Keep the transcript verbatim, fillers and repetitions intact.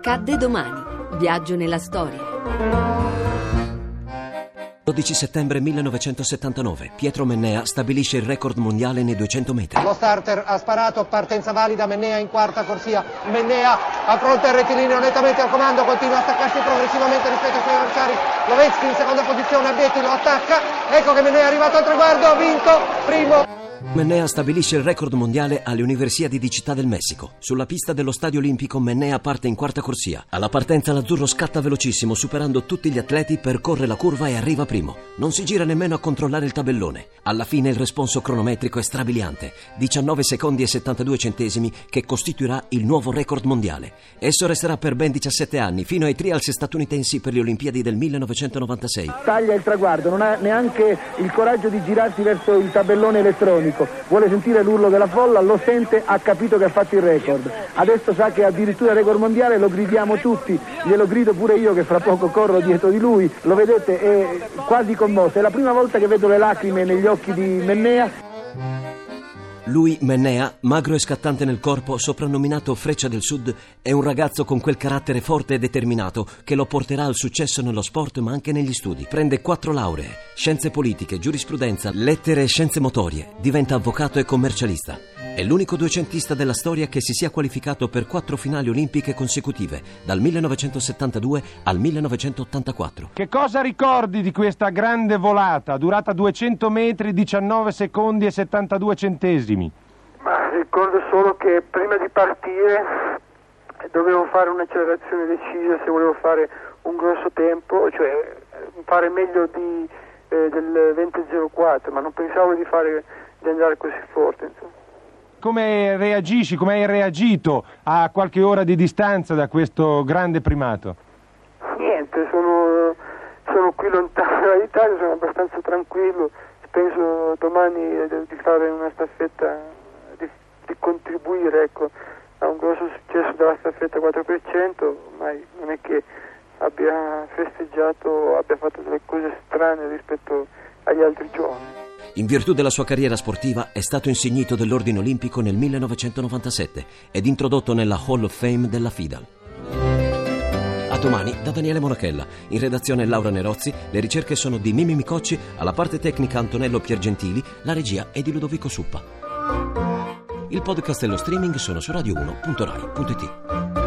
Accadde domani. Viaggio nella storia. dodici settembre millenovecentosettantanove. Pietro Mennea stabilisce il record mondiale nei duecento metri. Lo starter ha sparato, partenza valida, Mennea in quarta corsia. Mennea a fronte al rettilineo, nettamente al comando, continua a staccarsi progressivamente rispetto ai suoi avversari. Lovetsky in seconda posizione, Abietti lo attacca. Ecco che Mennea è arrivato al traguardo, ha vinto, primo. Mennea stabilisce il record mondiale alle Universiadi di Città del Messico. Sulla pista dello Stadio Olimpico Mennea parte in quarta corsia. Alla partenza l'azzurro scatta velocissimo, superando tutti gli atleti, percorre la curva e arriva primo. Non si gira nemmeno a controllare il tabellone. Alla fine il responso cronometrico è strabiliante, diciannove secondi e settantadue centesimi, che costituirà il nuovo record mondiale. Esso resterà per ben diciassette anni, fino ai trials statunitensi per le Olimpiadi del millenovecentonovantasei. Taglia il traguardo, non ha neanche il coraggio di girarsi verso il tabellone elettronico. Vuole sentire l'urlo della folla, lo sente, ha capito che ha fatto il record. Adesso sa che addirittura il record mondiale lo gridiamo tutti, glielo grido pure io che fra poco corro dietro di lui. Lo vedete, è quasi commosso, è la prima volta che vedo le lacrime negli occhi di Mennea. Lui, Mennea, magro e scattante nel corpo, soprannominato Freccia del Sud, è un ragazzo con quel carattere forte e determinato che lo porterà al successo nello sport ma anche negli studi. Prende quattro lauree, scienze politiche, giurisprudenza, lettere e scienze motorie, diventa avvocato e commercialista. È l'unico duecentista della storia che si sia qualificato per quattro finali olimpiche consecutive, dal millenovecentosettantadue al millenovecentottantaquattro. Che cosa ricordi di questa grande volata, durata duecento metri, diciannove secondi e settantadue centesimi? Ma ricordo solo che prima di partire dovevo fare un'accelerazione decisa se volevo fare un grosso tempo, cioè fare meglio di, eh, del venti zero quattro, ma non pensavo di, fare, di andare così forte, insomma. Come reagisci, come hai reagito a qualche ora di distanza da questo grande primato? Niente, sono, sono qui lontano dall'Italia, sono abbastanza tranquillo, penso domani di fare una staffetta, di, di contribuire ecco, a un grosso successo della staffetta quattro per cento, ma non è che abbia festeggiato o abbia fatto delle cose strane rispetto agli altri giorni. In virtù della sua carriera sportiva è stato insignito dell'Ordine Olimpico nel millenovecentonovantasette ed introdotto nella Hall of Fame della FIDAL. A domani da Daniele Monachella. In redazione Laura Nerozzi, le ricerche sono di Mimmi Micocci, alla parte tecnica Antonello Piergentili, la regia è di Ludovico Suppa. Il podcast e lo streaming sono su radio uno punto rai punto it.